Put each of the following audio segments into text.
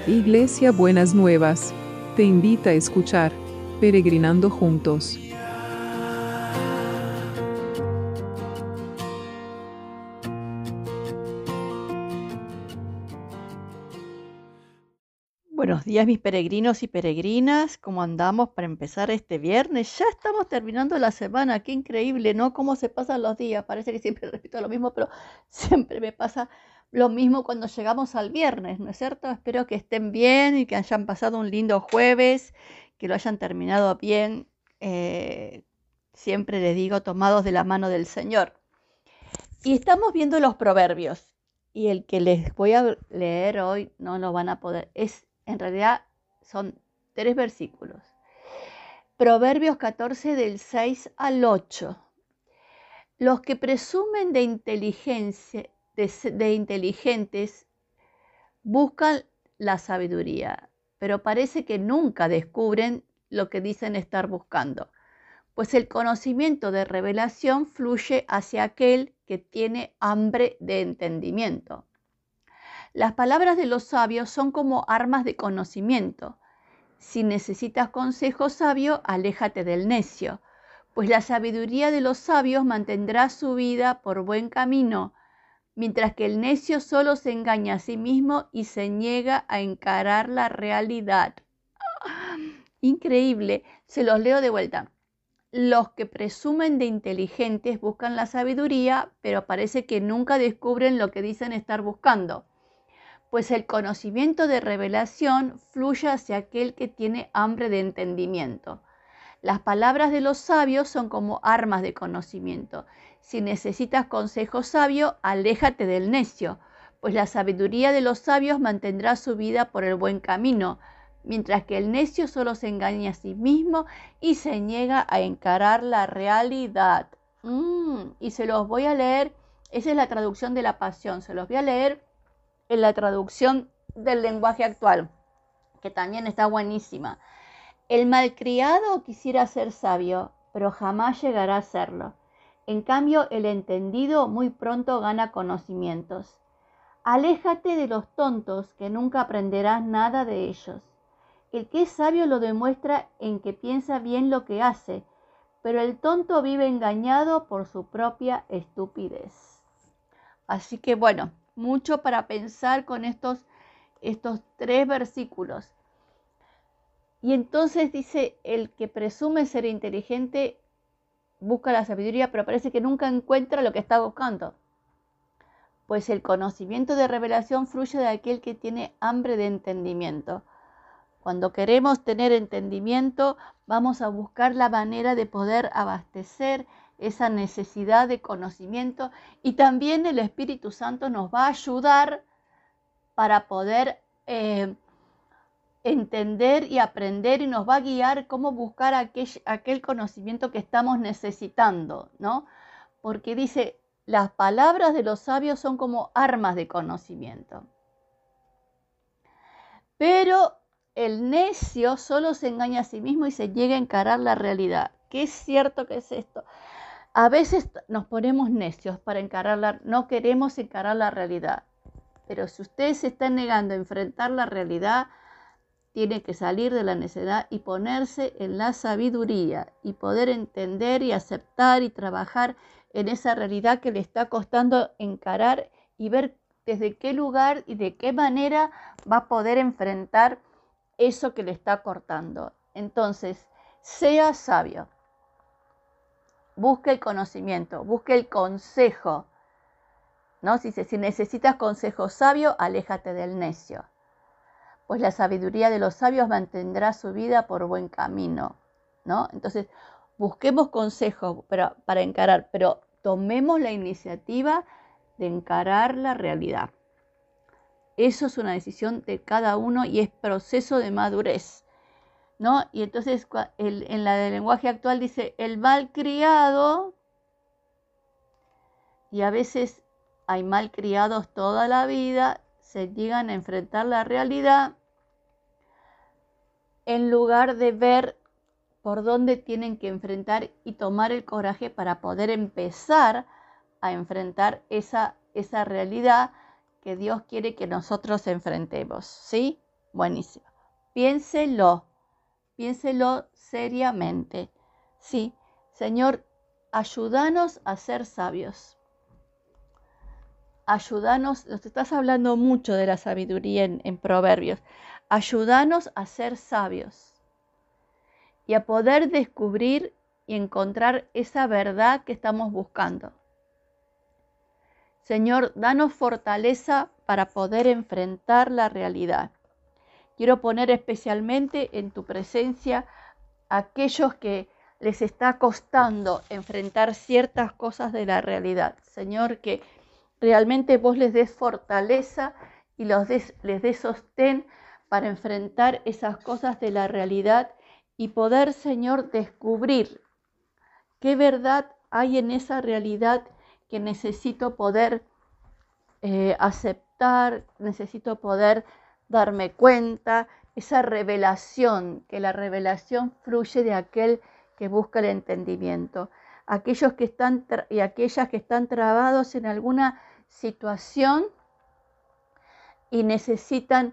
Iglesia Buenas Nuevas te invita a escuchar Peregrinando Juntos. Buenos días, mis peregrinos y peregrinas. ¿Cómo andamos para empezar este viernes? Ya estamos terminando la semana. Qué increíble, ¿no? Cómo se pasan los días. Parece que siempre repito lo mismo, pero siempre me pasa lo mismo cuando llegamos al viernes, ¿no es cierto? Espero que estén bien y que hayan pasado un lindo jueves, que lo hayan terminado bien. Siempre les digo, tomados de la mano del Señor. Y estamos viendo los proverbios. Y el que les voy a leer hoy no lo van a poder. En realidad son 3 versículos. Proverbios 14 del 6 al 8. Los que presumen de inteligencia, de inteligentes, buscan la sabiduría, pero parece que nunca descubren lo que dicen estar buscando, pues el conocimiento de revelación fluye hacia aquel que tiene hambre de entendimiento. Las palabras de los sabios son como armas de conocimiento. Si necesitas consejo sabio, aléjate del necio, pues la sabiduría de los sabios mantendrá su vida por buen camino, mientras que el necio solo se engaña a sí mismo y se niega a encarar la realidad. Increíble, se los leo de vuelta. Los que presumen de inteligentes buscan la sabiduría, pero parece que nunca descubren lo que dicen estar buscando, pues el conocimiento de revelación fluye hacia aquel que tiene hambre de entendimiento. Las palabras de los sabios son como armas de conocimiento. Si necesitas consejo sabio, aléjate del necio, pues la sabiduría de los sabios mantendrá su vida por el buen camino, mientras que el necio solo se engaña a sí mismo y se niega a encarar la realidad. Y se los voy a leer, esa es la traducción de la Pasión, se los voy a leer en la traducción del lenguaje actual, que también está buenísima. El malcriado quisiera ser sabio, pero jamás llegará a serlo. En cambio, el entendido muy pronto gana conocimientos. Aléjate de los tontos, que nunca aprenderás nada de ellos. El que es sabio lo demuestra en que piensa bien lo que hace, pero el tonto vive engañado por su propia estupidez. Así que bueno, mucho para pensar con estos 3 versículos. Y entonces dice, el que presume ser inteligente busca la sabiduría, pero parece que nunca encuentra lo que está buscando. Pues el conocimiento de revelación fluye de aquel que tiene hambre de entendimiento. Cuando queremos tener entendimiento, vamos a buscar la manera de poder abastecer esa necesidad de conocimiento, y también el Espíritu Santo nos va a ayudar para poder entender y aprender, y nos va a guiar cómo buscar aquel conocimiento que estamos necesitando, ¿no? Porque dice, las palabras de los sabios son como armas de conocimiento. Pero el necio solo se engaña a sí mismo y se niega a encarar la realidad. ¿Qué es cierto que es esto? A veces nos ponemos necios para no queremos encarar la realidad. Pero si ustedes se están negando a enfrentar la realidad, tiene que salir de la necedad y ponerse en la sabiduría y poder entender y aceptar y trabajar en esa realidad que le está costando encarar, y ver desde qué lugar y de qué manera va a poder enfrentar eso que le está cortando. Entonces, sea sabio, busque el conocimiento, busque el consejo, ¿no? Si necesitas consejo sabio, aléjate del necio, pues la sabiduría de los sabios mantendrá su vida por buen camino, ¿no? Entonces, busquemos consejos para encarar, pero tomemos la iniciativa de encarar la realidad. Eso es una decisión de cada uno y es proceso de madurez, ¿no? Y entonces, en la del lenguaje actual dice, el malcriado, y a veces hay malcriados toda la vida, se niegan a enfrentar la realidad, en lugar de ver por dónde tienen que enfrentar y tomar el coraje para poder empezar a enfrentar esa realidad que Dios quiere que nosotros enfrentemos, ¿sí? Buenísimo. Piénselo seriamente. Sí, Señor, ayúdanos a ser sabios. Ayúdanos, nos estás hablando mucho de la sabiduría en Proverbios. Ayúdanos a ser sabios y a poder descubrir y encontrar esa verdad que estamos buscando. Señor, danos fortaleza para poder enfrentar la realidad. Quiero poner especialmente en tu presencia a aquellos que les está costando enfrentar ciertas cosas de la realidad. Señor, que realmente vos les des fortaleza y les des sostén para enfrentar esas cosas de la realidad y poder, Señor, descubrir qué verdad hay en esa realidad que necesito poder aceptar, necesito poder darme cuenta, esa revelación, que la revelación fluye de aquel que busca el entendimiento. Aquellos que están y aquellas que están trabados en alguna situación y necesitan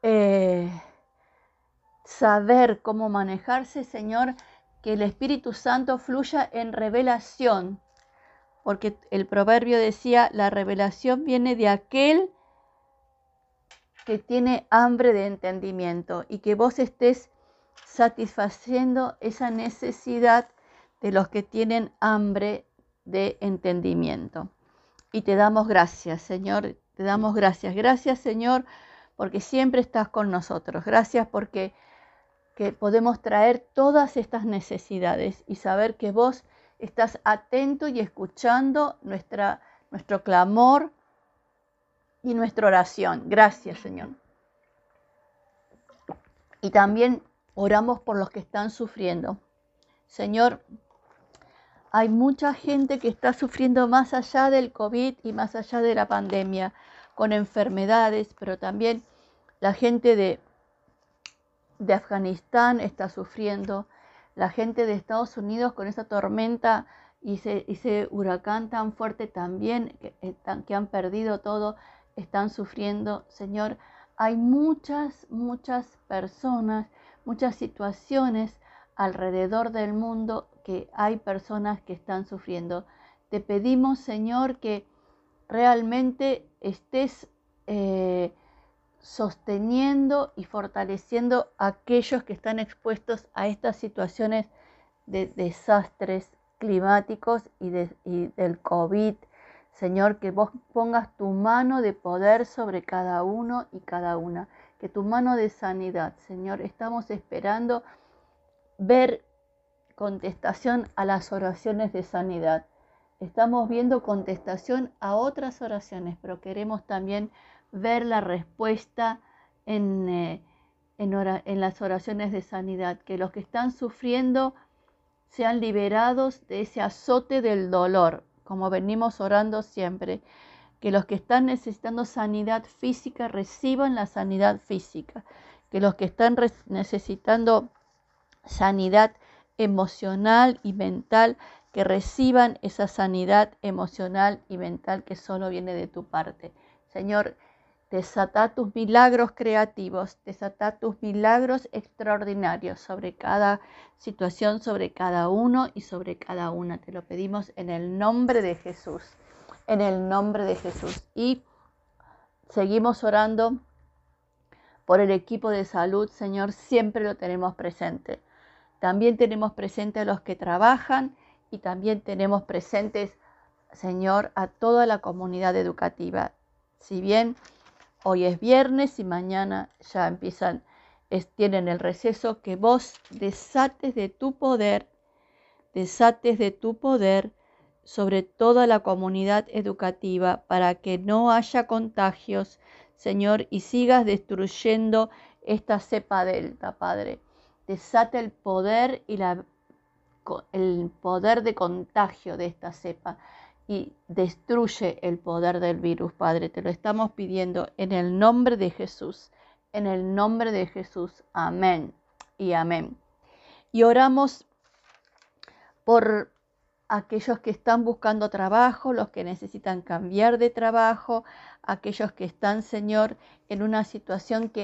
saber cómo manejarse, Señor, que el Espíritu Santo fluya en revelación, porque el proverbio decía, la revelación viene de aquel que tiene hambre de entendimiento, y que vos estés satisfaciendo esa necesidad de los que tienen hambre de entendimiento. Y te damos gracias, Señor, te damos gracias. Gracias, Señor, porque siempre estás con nosotros. Gracias porque podemos traer todas estas necesidades y saber que vos estás atento y escuchando nuestro clamor y nuestra oración. Gracias, Señor. Y también oramos por los que están sufriendo. Señor, hay mucha gente que está sufriendo más allá del COVID y más allá de la pandemia, con enfermedades, pero también la gente de Afganistán está sufriendo, la gente de Estados Unidos con esa tormenta y ese huracán tan fuerte también, que han perdido todo, están sufriendo. Señor, hay muchas personas, muchas situaciones alrededor del mundo que hay personas que están sufriendo. Te pedimos, Señor, que realmente estés sosteniendo y fortaleciendo a aquellos que están expuestos a estas situaciones de desastres climáticos y del COVID. Señor, que vos pongas tu mano de poder sobre cada uno y cada una, que tu mano de sanidad, Señor, estamos esperando ver contestación a las oraciones de sanidad. Estamos viendo contestación a otras oraciones, pero queremos también ver la respuesta en las oraciones de sanidad, que los que están sufriendo sean liberados de ese azote del dolor, como venimos orando siempre, que los que están necesitando sanidad física reciban la sanidad física, que los que están necesitando sanidad emocional y mental, que reciban esa sanidad emocional y mental que solo viene de tu parte. Señor, desata tus milagros creativos, desata tus milagros extraordinarios sobre cada situación, sobre cada uno y sobre cada una. Te lo pedimos en el nombre de Jesús, en el nombre de Jesús. Y seguimos orando por el equipo de salud, Señor, siempre lo tenemos presente. También tenemos presente a los que trabajan y también tenemos presentes, Señor, a toda la comunidad educativa. Si bien hoy es viernes y mañana ya tienen el receso, que vos desates de tu poder sobre toda la comunidad educativa para que no haya contagios, Señor, y sigas destruyendo esta cepa delta, Padre. Desata el poder el poder de contagio de esta cepa y destruye el poder del virus, Padre. Te lo estamos pidiendo en el nombre de Jesús, en el nombre de Jesús. Amén y amén. Y oramos por aquellos que están buscando trabajo, los que necesitan cambiar de trabajo, aquellos que están, Señor, en una situación que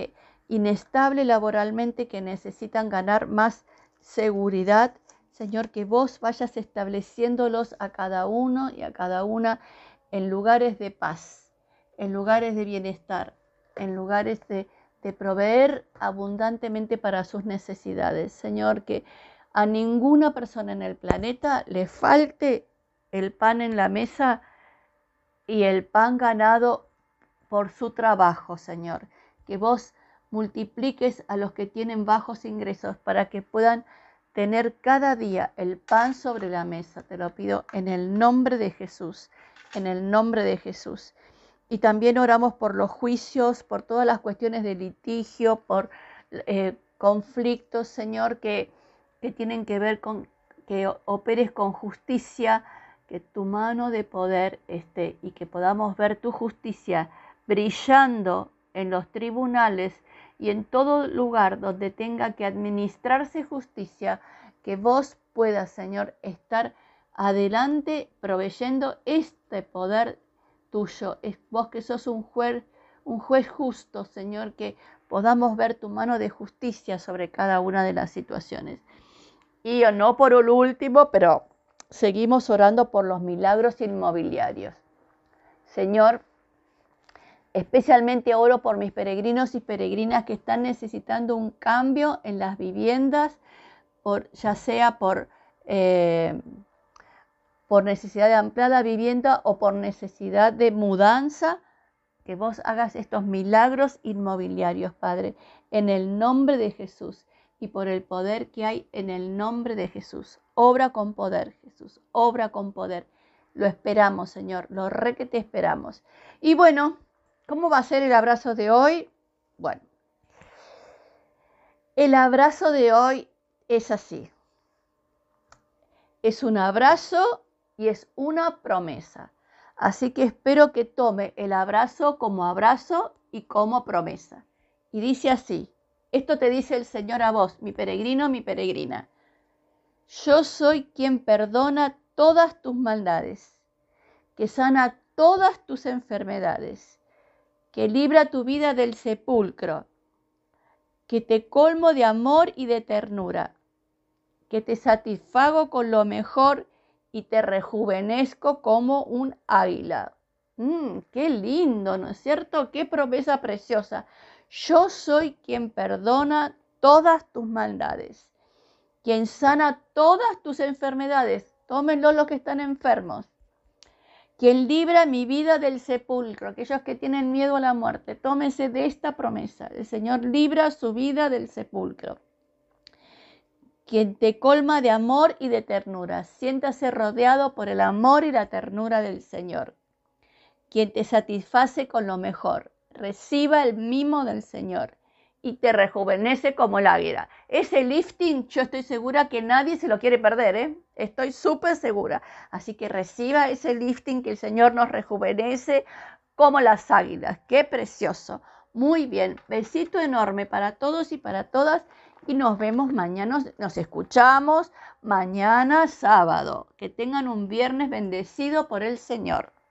inestables laboralmente, que necesitan ganar más seguridad. Señor, que vos vayas estableciéndolos a cada uno y a cada una en lugares de paz, en lugares de bienestar, en lugares de proveer abundantemente para sus necesidades. Señor, que a ninguna persona en el planeta le falte el pan en la mesa y el pan ganado por su trabajo, Señor. Que vos multipliques a los que tienen bajos ingresos para que puedan tener cada día el pan sobre la mesa. Te lo pido en el nombre de Jesús, en el nombre de Jesús. Y también oramos por los juicios, por todas las cuestiones de litigio, por conflictos, Señor, que tienen que ver con que operes con justicia, que tu mano de poder esté y que podamos ver tu justicia brillando en los tribunales y en todo lugar donde tenga que administrarse justicia, que vos puedas, Señor, estar adelante proveyendo este poder tuyo. Es vos que sos un juez justo, Señor, que podamos ver tu mano de justicia sobre cada una de las situaciones. Y no por el último, pero seguimos orando por los milagros inmobiliarios. Señor, especialmente oro por mis peregrinos y peregrinas que están necesitando un cambio en las viviendas, ya sea por necesidad de ampliada vivienda o por necesidad de mudanza, que vos hagas estos milagros inmobiliarios, Padre, en el nombre de Jesús y por el poder que hay en el nombre de Jesús. Obra con poder, Jesús, obra con poder. Lo esperamos, Señor, lo que te esperamos. Y bueno, ¿cómo va a ser el abrazo de hoy? Bueno, el abrazo de hoy es así. Es un abrazo y es una promesa. Así que espero que tome el abrazo como abrazo y como promesa. Y dice así, esto te dice el Señor a vos, mi peregrino, mi peregrina. Yo soy quien perdona todas tus maldades, que sana todas tus enfermedades, que libra tu vida del sepulcro, que te colmo de amor y de ternura, que te satisfago con lo mejor y te rejuvenezco como un águila. ¡Qué lindo!, ¿no es cierto? ¡Qué promesa preciosa! Yo soy quien perdona todas tus maldades, quien sana todas tus enfermedades. Tómenlo los que están enfermos. Quien libra mi vida del sepulcro, aquellos que tienen miedo a la muerte. Tómense de esta promesa. El Señor libra su vida del sepulcro. Quien te colma de amor y de ternura. Siéntase rodeado por el amor y la ternura del Señor. Quien te satisface con lo mejor. Reciba el mimo del Señor y te rejuvenece como el águila. Ese lifting, yo estoy segura que nadie se lo quiere perder, ¿eh? Estoy súper segura. Así que reciba ese lifting que el Señor nos rejuvenece como las águilas. ¡Qué precioso! Muy bien, besito enorme para todos y para todas. Y nos vemos mañana, nos escuchamos mañana sábado. Que tengan un viernes bendecido por el Señor.